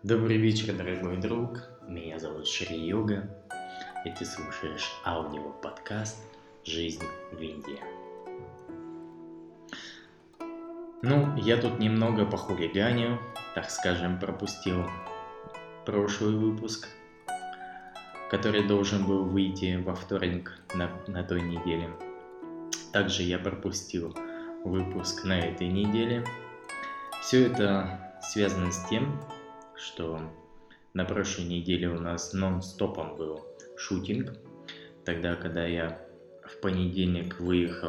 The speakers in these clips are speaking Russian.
Добрый вечер, дорогой друг. Меня зовут Шри Йога, и ты слушаешь аудиоподкаст «Жизнь в Индии». Я тут немного похулиганил, так скажем, пропустил прошлый выпуск, который должен был выйти во вторник на той неделе. Также я пропустил выпуск на этой неделе. Все это связано с тем, что на прошлой неделе у нас нон-стопом был шутинг, тогда, когда я в понедельник выехал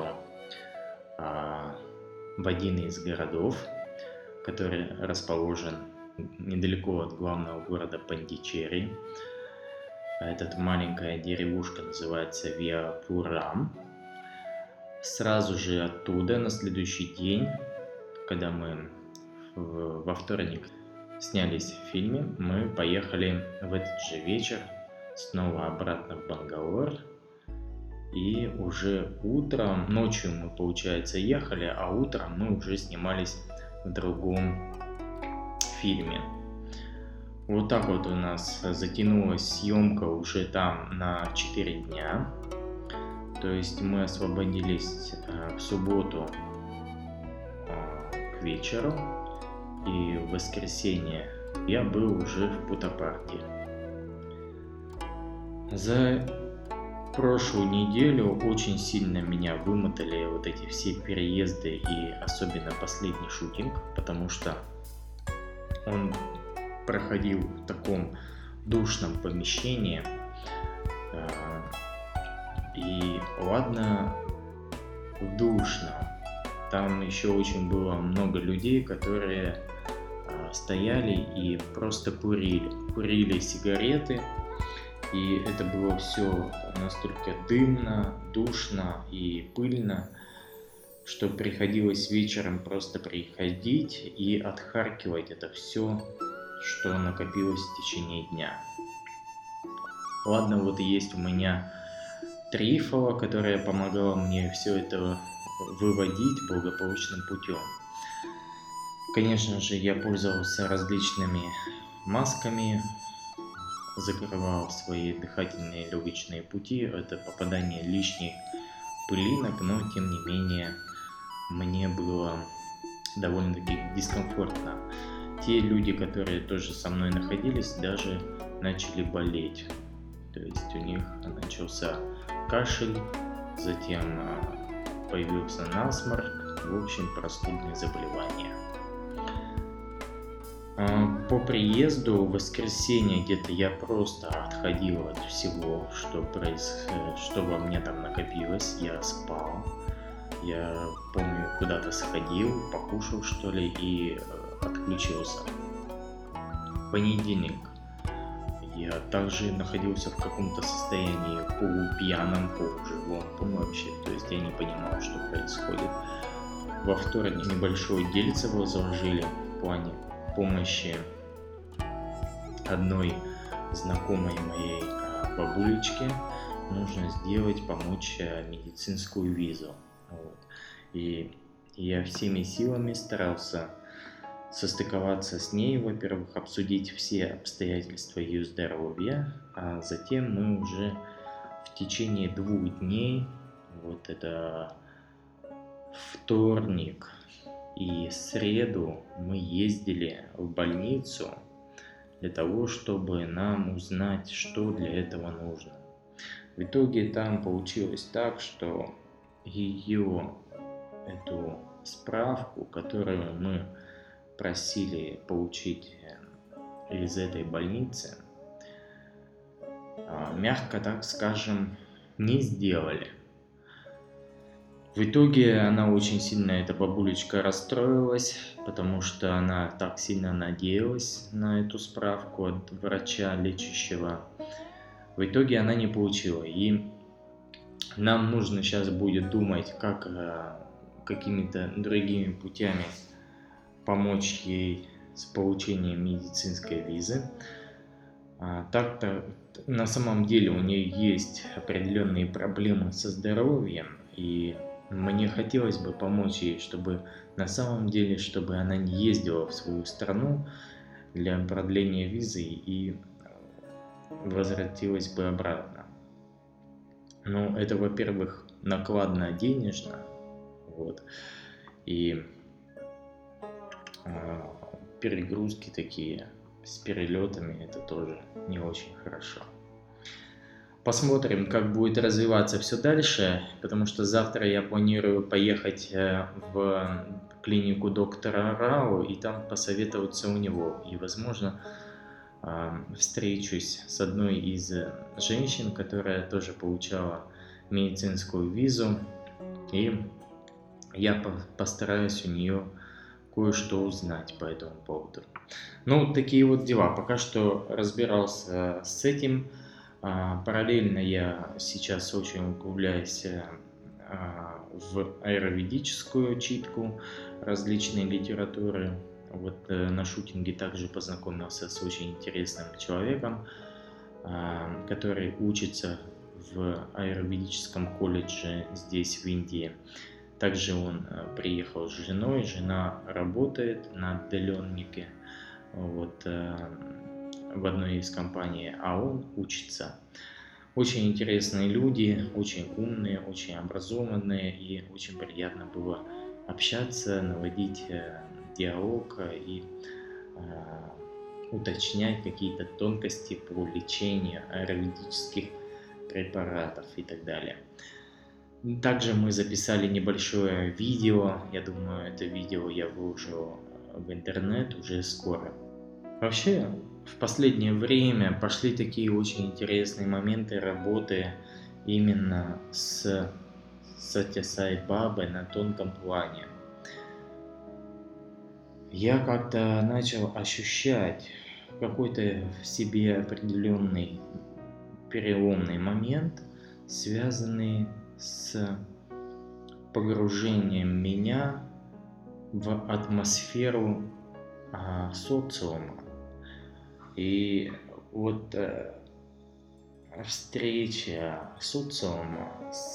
в один из городов, который расположен недалеко от главного города Пандичерри. Эта маленькая деревушка называется Виапурам. Сразу же оттуда, на следующий день, когда мы во вторник снялись в фильме, мы поехали в этот же вечер снова обратно в Бангалор. И уже утром, ночью мы, получается, ехали, а утром мы уже снимались в другом фильме. Вот так вот у нас затянулась съемка уже там на 4 дня. То есть мы освободились в субботу к вечеру. И в воскресенье я был уже в Путтапарте. За прошлую неделю очень сильно меня вымотали вот эти все переезды и особенно последний шутинг, потому что он проходил в таком душном помещении. И ладно, душно. Там еще очень было много людей, которые стояли и просто курили сигареты, и это было все настолько дымно, душно и пыльно, что приходилось вечером просто приходить и отхаркивать это все, что накопилось в течение дня. Ладно, вот есть у меня Трифола, которая помогала мне все это выводить благополучным путем. Конечно же, я пользовался различными масками, закрывал свои дыхательные легочные пути, это попадание лишних пылинок, но тем не менее мне было довольно-таки дискомфортно. Те люди, которые тоже со мной находились, даже начали болеть. То есть у них начался кашель, затем появился насморк, в общем, простудные заболевания. По приезду в воскресенье где-то я просто отходил от всего, что во мне там накопилось. Я спал, я помню, куда-то сходил, покушал что ли и отключился. В понедельник я также находился в каком-то состоянии полупьяном, полуживом, вообще, то есть я не понимал, что происходит. Во вторник небольшое дельце возложили в плане помощи одной знакомой моей бабулечке. Нужно помочь медицинскую визу. Вот. И я всеми силами старался состыковаться с ней, во-первых, обсудить все обстоятельства ее здоровья, а затем мы уже в течение 2 дней, вот это вторник и среду, мы ездили в больницу для того, чтобы нам узнать, что для этого нужно. В итоге там получилось так, что эту справку, которую мы просили получить из этой больницы, мягко так скажем, не сделали. В итоге она очень сильно, эта бабулечка, расстроилась, потому что она так сильно надеялась на эту справку от врача лечащего. В итоге она не получила. И нам нужно сейчас будет думать, как какими-то другими путями помочь ей с получением медицинской визы. Так-то на самом деле у нее есть определенные проблемы со здоровьем, и мне хотелось бы помочь ей, чтобы на самом деле, чтобы она не ездила в свою страну для продления визы и возвратилась бы обратно. Ну, это, во-первых, накладно денежно, вот, и перегрузки такие с перелетами, это тоже не очень хорошо. Посмотрим, как будет развиваться все дальше, потому что завтра я планирую поехать в клинику доктора Рау и там посоветоваться у него. И, возможно, встречусь с одной из женщин, которая тоже получала медицинскую визу, и я постараюсь у нее кое-что узнать по этому поводу. Ну, такие вот дела. Пока что разбирался с этим. Параллельно я сейчас очень углубляюсь в аюрведическую читку различной литературы. Вот на шутинге также познакомился с очень интересным человеком, который учится в аюрведическом колледже здесь, в Индии. Также он приехал с женой, жена работает на отдаленнике вот, в одной из компаний, а он учится. Очень интересные люди, очень умные, очень образованные, и очень приятно было общаться, наводить диалог и уточнять какие-то тонкости по лечению аюрведических препаратов и так далее. Также мы записали небольшое видео, я думаю, это видео я выложу в интернет уже скоро. Вообще, в последнее время пошли такие очень интересные моменты работы именно с Сатья Сай Бабой на тонком плане. Я как-то начал ощущать какой-то в себе определенный переломный момент, связанный с погружением меня в атмосферу социума. И вот встреча социума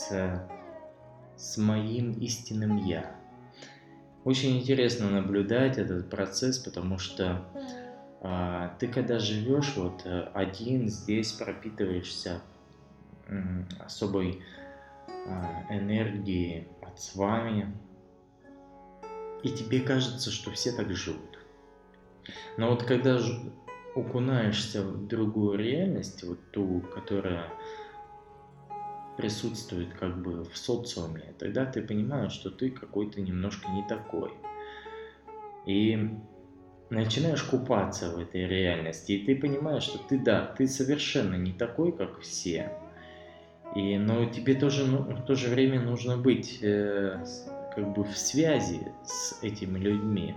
с моим истинным «я». Очень интересно наблюдать этот процесс, потому что ты когда живешь вот один, здесь пропитываешься особой энергией от с вами, и тебе кажется, что все так живут. Но вот когда окунаешься в другую реальность, вот ту, которая присутствует как бы в социуме, тогда ты понимаешь, что ты какой-то немножко не такой. И начинаешь купаться в этой реальности, и ты понимаешь, что ты совершенно не такой, как все. Но тебе тоже, в то же время нужно быть как бы в связи с этими людьми.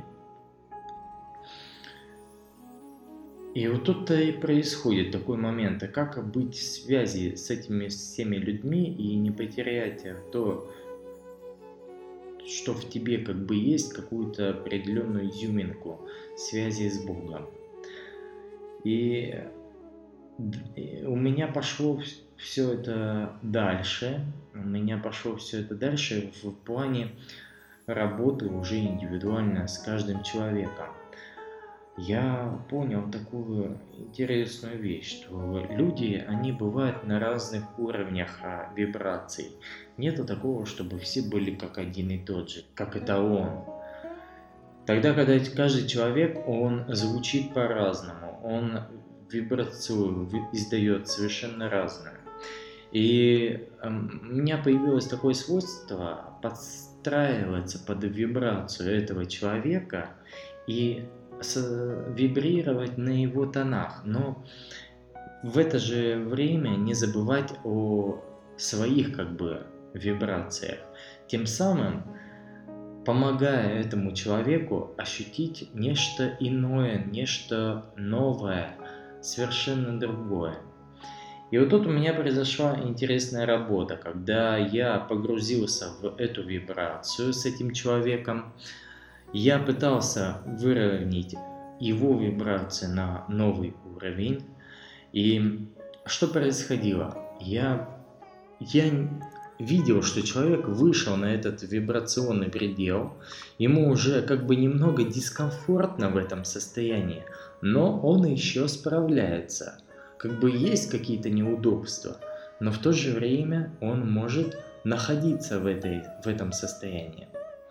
И вот тут-то и происходит такой момент, а как быть в связи с этими всеми людьми и не потерять то, что в тебе как бы есть, какую-то определенную изюминку связи с Богом. И у меня пошло все это дальше, в плане работы уже индивидуально с каждым человеком. Я понял такую интересную вещь, что люди, они бывают на разных уровнях вибраций. Нету такого, чтобы все были как один и тот же, как эталон. Тогда, когда каждый человек, он звучит по-разному, он вибрацию издает совершенно разную. И у меня появилось такое свойство подстраиваться под вибрацию этого человека и вибрировать на его тонах, но в это же время не забывать о своих как бы вибрациях, тем самым помогая этому человеку ощутить нечто иное, нечто новое, совершенно другое. И вот тут у меня произошла интересная работа, когда я погрузился в эту вибрацию с этим человеком. Я пытался выровнять его вибрации на новый уровень. И что происходило? Я видел, что человек вышел на этот вибрационный предел, ему уже как бы немного дискомфортно в этом состоянии, но он еще справляется. Как бы есть какие-то неудобства, но в то же время он может находиться в этом состоянии.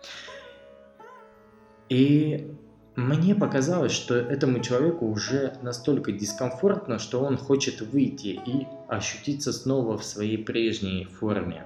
И мне показалось, что этому человеку уже настолько дискомфортно, что он хочет выйти и ощутиться снова в своей прежней форме.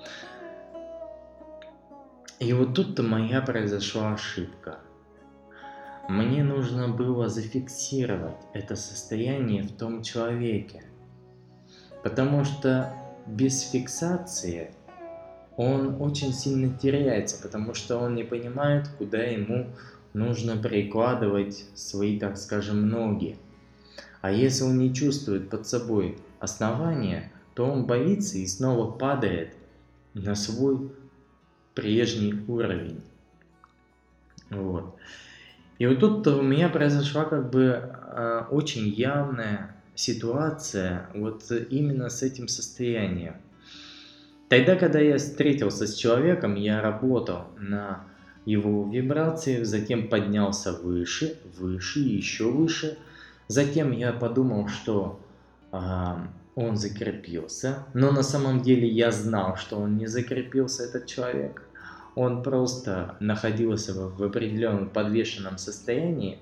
И вот тут-то моя произошла ошибка. Мне нужно было зафиксировать это состояние в том человеке, потому что без фиксации он очень сильно теряется, потому что он не понимает, куда ему нужно прикладывать свои, так скажем, ноги. А если он не чувствует под собой основания, то он боится и снова падает на свой прежний уровень. Вот. И вот тут у меня произошла как бы очень явная ситуация вот именно с этим состоянием. Тогда, когда я встретился с человеком, я работал на его вибрации, затем поднялся выше, выше и еще выше. Затем я подумал, что он закрепился, но на самом деле я знал, что он не закрепился, этот человек. Он просто находился в определенном подвешенном состоянии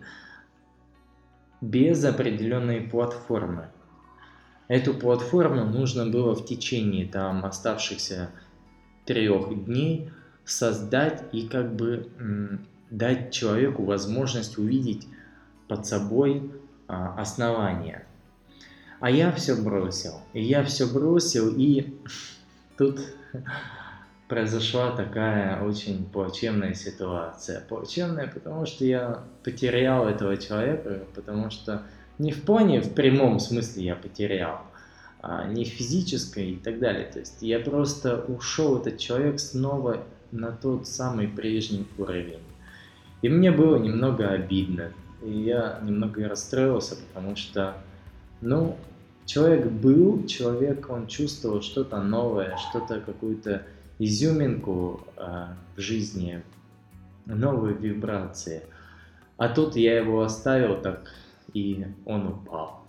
без определенной платформы. Эту платформу нужно было в течение там оставшихся 3 дней создать и как бы дать человеку возможность увидеть под собой основания. А я все бросил. И тут произошла такая очень плачевная ситуация. Плачевная, потому что я потерял этого человека, потому что не в плане, в прямом смысле я потерял, не в физической и так далее. То есть я просто ушел, этот человек, снова на тот самый прежний уровень. И мне было немного обидно. И я немного расстроился, потому что, человек, он чувствовал что-то новое, что-то, какую-то изюминку в жизни, новые вибрации. А тут я его оставил так, и он упал.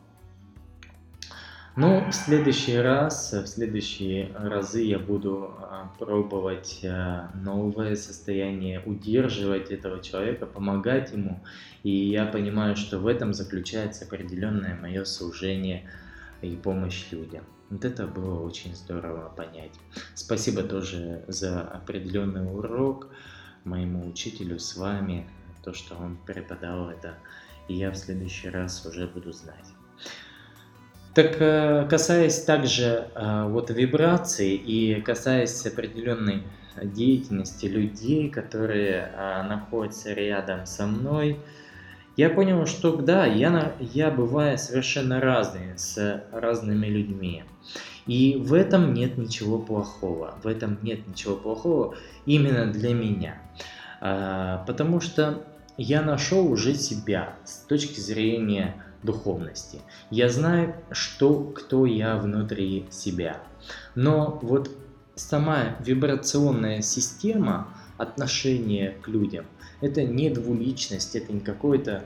В следующие разы я буду пробовать новое состояние, удерживать этого человека, помогать ему. И я понимаю, что в этом заключается определенное мое служение и помощь людям. Вот это было очень здорово понять. Спасибо тоже за определенный урок моему учителю с вами, то, что он преподал это, и я в следующий раз уже буду знать. Так, касаясь также вибраций и касаясь определенной деятельности людей, которые находятся рядом со мной, я понял, что да, я бываю совершенно разный с разными людьми. И в этом нет ничего плохого. В этом нет ничего плохого именно для меня. Потому что я нашел уже себя с точки зрения духовности. Я знаю, кто я внутри себя. Но вот сама вибрационная система отношения к людям — это не двуличность, это не какое-то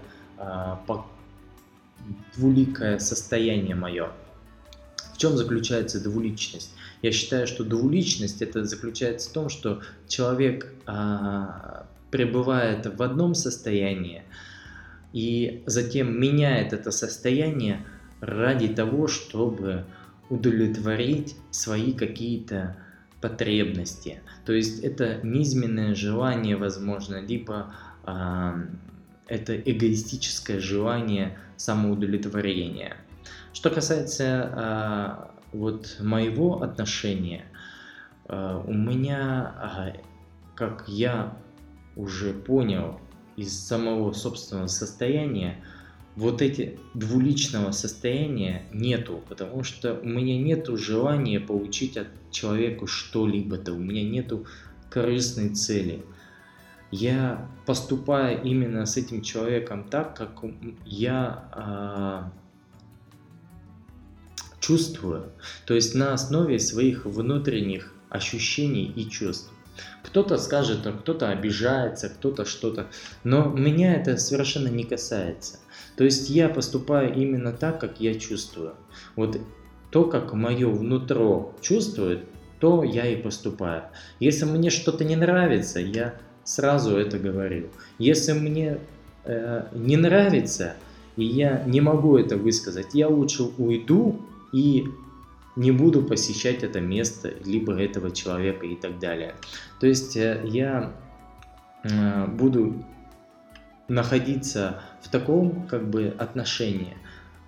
двуликое состояние мое. В чем заключается двуличность? Я считаю, что двуличность это заключается в том, что человек пребывает в одном состоянии и затем меняет это состояние ради того, чтобы удовлетворить свои какие-то потребности. То есть это низменное желание, возможно, либо это эгоистическое желание самоудовлетворения. Что касается моего отношения, у меня, как я уже понял из самого собственного состояния, вот эти двуличного состояния нету, потому что у меня нету желания получить от человека что-либо-то, у меня нету корыстной цели. Я поступаю именно с этим человеком так, как я чувствую, то есть на основе своих внутренних ощущений и чувств. Кто-то скажет, кто-то обижается, кто-то что-то, но меня это совершенно не касается. То есть я поступаю именно так, как я чувствую. Вот то, как мое внутро чувствует, то я и поступаю. Если мне что-то не нравится, я сразу это говорю. Если мне не нравится, и я не могу это высказать, я лучше уйду и не буду посещать это место, либо этого человека и так далее. То есть я буду находиться в таком как бы отношении.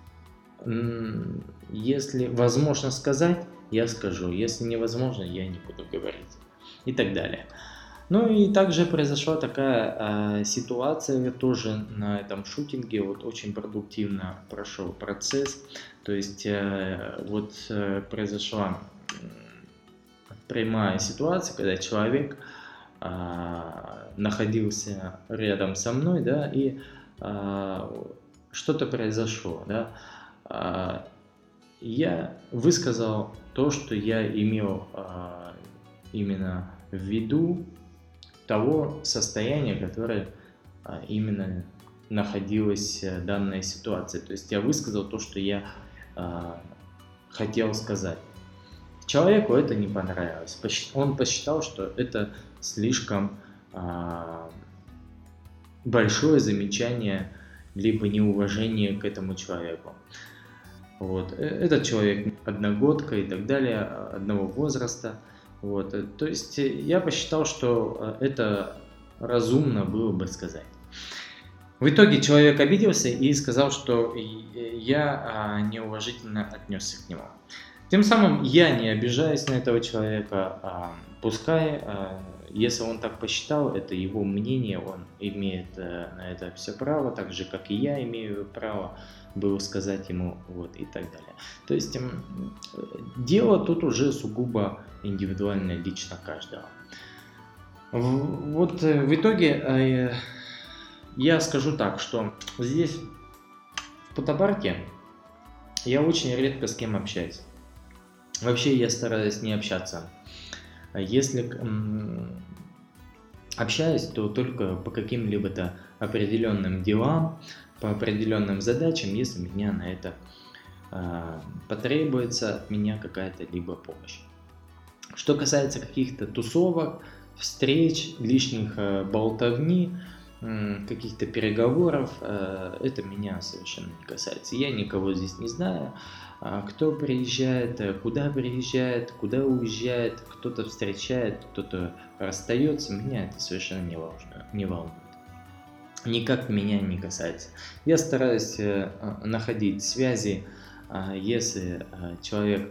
Если возможно сказать, я скажу. Если невозможно, я не буду говорить. И так далее. Ну и также произошла такая ситуация тоже на этом шутинге, вот очень продуктивно прошел процесс, то есть вот произошла прямая ситуация, когда человек находился рядом со мной, да, и что-то произошло, да, я высказал то, что я имел именно в виду, того состояния, которое именно находилась данная ситуация. То есть я высказал то, что я хотел сказать. Человеку это не понравилось. Он посчитал, что это слишком большое замечание, либо неуважение к этому человеку. Вот. Этот человек одногодка и так далее, одного возраста. Вот, то есть я посчитал, что это разумно было бы сказать. В итоге человек обиделся и сказал, что я неуважительно отнесся к нему. Тем самым я не обижаюсь на этого человека, пускай, если он так посчитал, это его мнение, он имеет на это все право, так же, как и я имею право было сказать ему, вот, и так далее. То есть дело тут уже сугубо индивидуально, лично каждого. Вот в итоге я скажу так, что здесь, в Путабарке, я очень редко с кем общаюсь. Вообще я стараюсь не общаться. Если общаюсь, то только по каким-либо определенным делам, по определенным задачам, если меня на это потребуется от меня какая-то либо помощь. Что касается каких-то тусовок, встреч, лишних болтовни, каких-то переговоров, это меня совершенно не касается. Я никого здесь не знаю, кто приезжает, куда уезжает, кто-то встречает, кто-то расстается, меня это совершенно не волнует. Никак меня не касается. Я стараюсь находить связи, если человек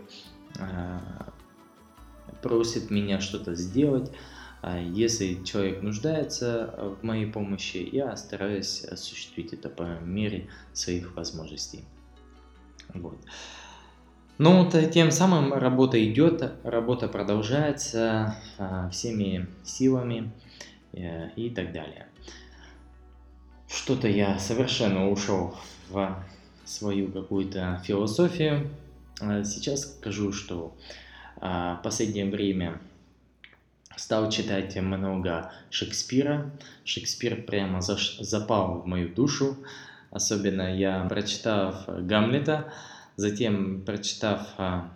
просит меня что-то сделать, если человек нуждается в моей помощи, я стараюсь осуществить это по мере своих возможностей. Вот. Ну вот тем самым работа идет, работа продолжается всеми силами и так далее. Что-то я совершенно ушел в свою какую-то философию. Сейчас скажу, что в последнее время стал читать много Шекспира. Шекспир прямо запал в мою душу. Особенно я, прочитав Гамлета, затем прочитав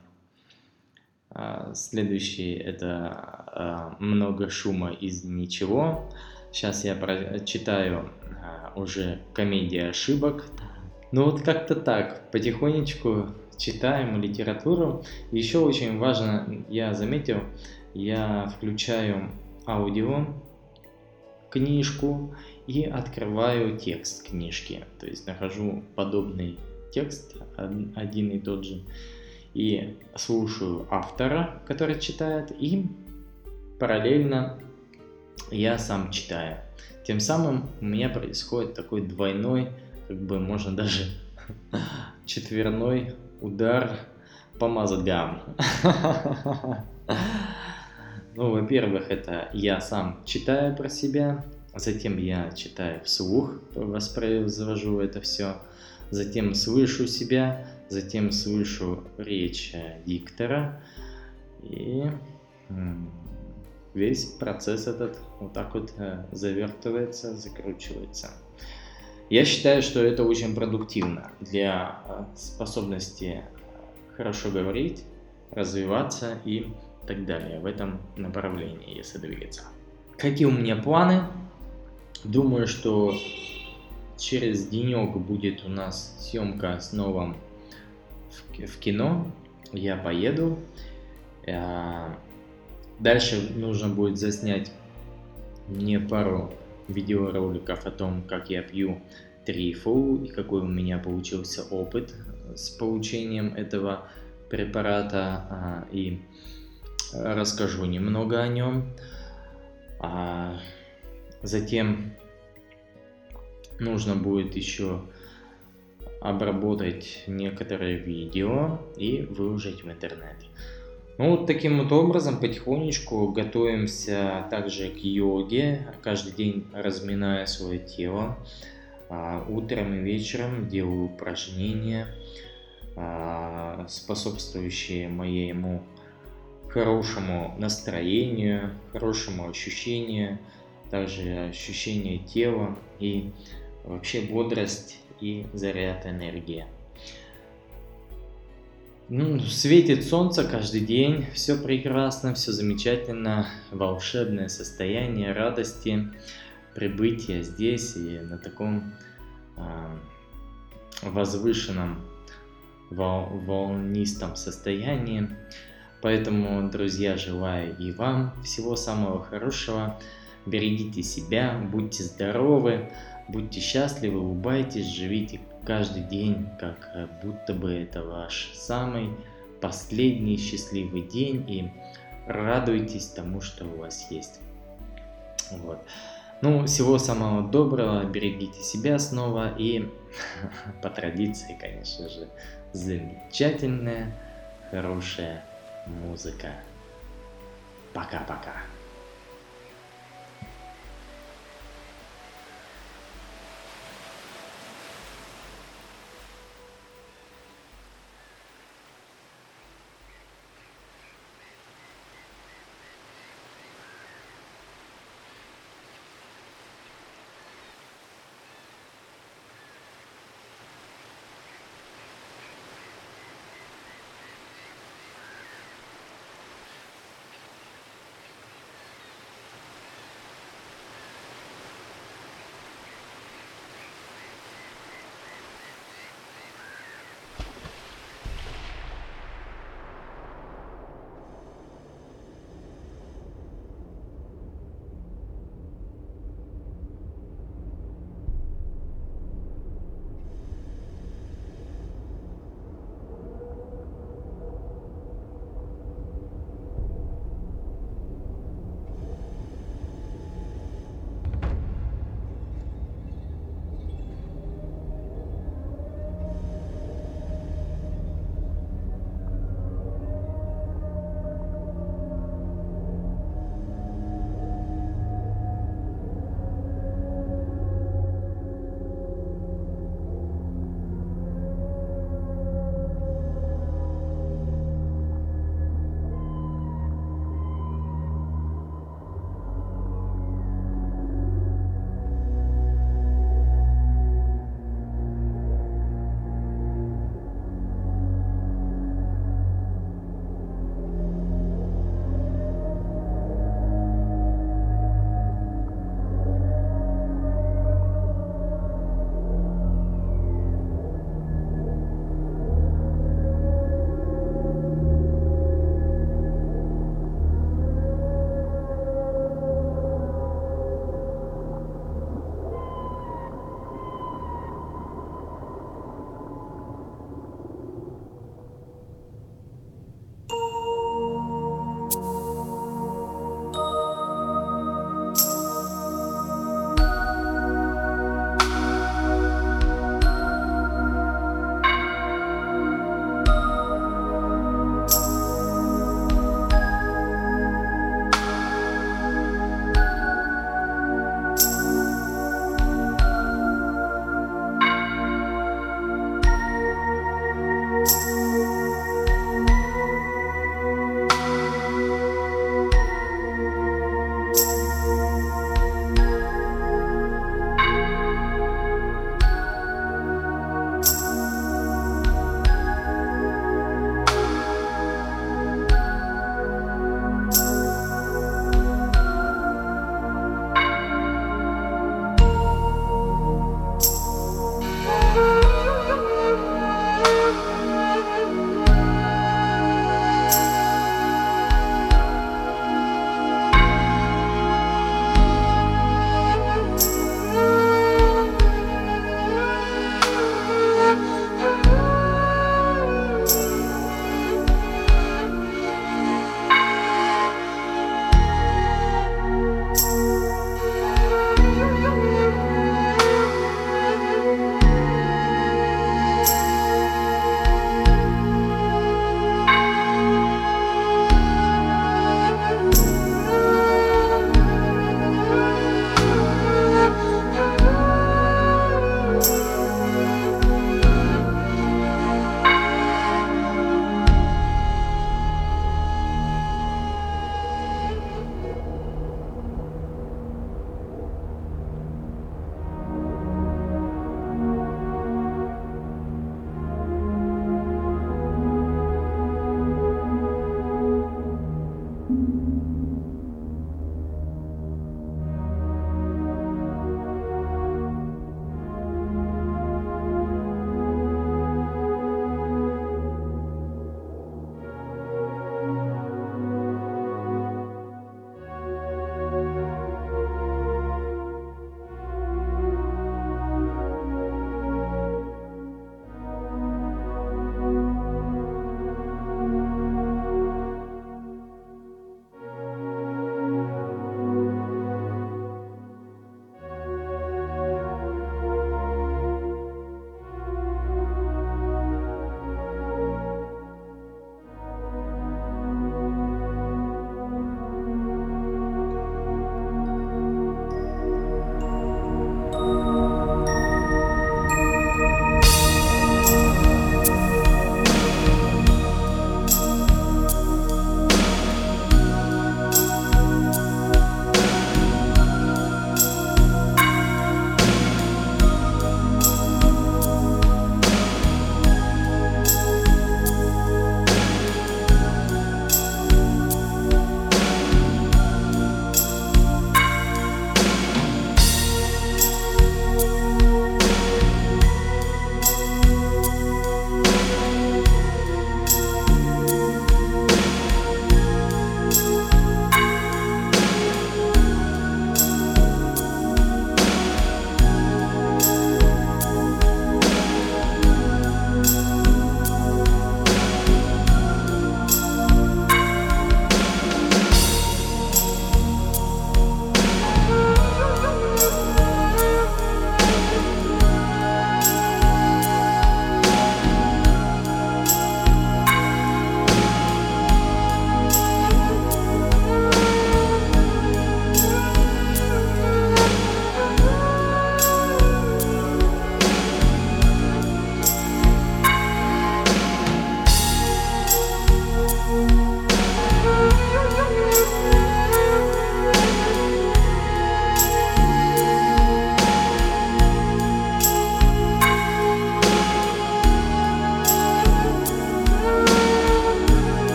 следующий, это «Много шума из ничего». Сейчас я читаю уже «Комедия ошибок». Ну вот как-то так, потихонечку читаем литературу. Еще очень важно, я заметил, я включаю аудио книжку и открываю текст книжки. То есть нахожу подобный текст, один и тот же, и слушаю автора, который читает, и параллельно я сам читаю. Тем самым у меня происходит такой двойной, как бы можно даже четверной удар по мозгам. Ну, во-первых, это я сам читаю про себя, затем я читаю вслух, воспроизвожу это все, затем слышу себя, затем слышу речь диктора, и весь процесс этот вот так вот завертывается, закручивается. Я считаю, что это очень продуктивно для способности хорошо говорить, развиваться и так далее в этом направлении, если двигаться. Какие у меня планы? Думаю, что через денек будет у нас съемка снова в кино. Я поеду. Дальше нужно будет заснять мне пару видеороликов о том, как я пью трифу и какой у меня получился опыт с получением этого препарата, и расскажу немного о нем. Затем нужно будет еще обработать некоторые видео и выложить в интернет. Ну вот таким вот образом потихонечку готовимся также к йоге, каждый день разминая свое тело. Утром и вечером делаю упражнения, способствующие моему хорошему настроению, хорошему ощущению, также ощущение тела и вообще бодрость и заряд энергии. Светит солнце каждый день, все прекрасно, все замечательно, волшебное состояние радости, прибытия здесь и на таком возвышенном волнистом состоянии. Поэтому, друзья, желаю и вам всего самого хорошего. Берегите себя, будьте здоровы, будьте счастливы, улыбайтесь, живите каждый день, как будто бы это ваш самый последний счастливый день, и радуйтесь тому, что у вас есть. Вот. Всего самого доброго, берегите себя снова, и по традиции, конечно же, замечательная, хорошая музыка. Пока-пока.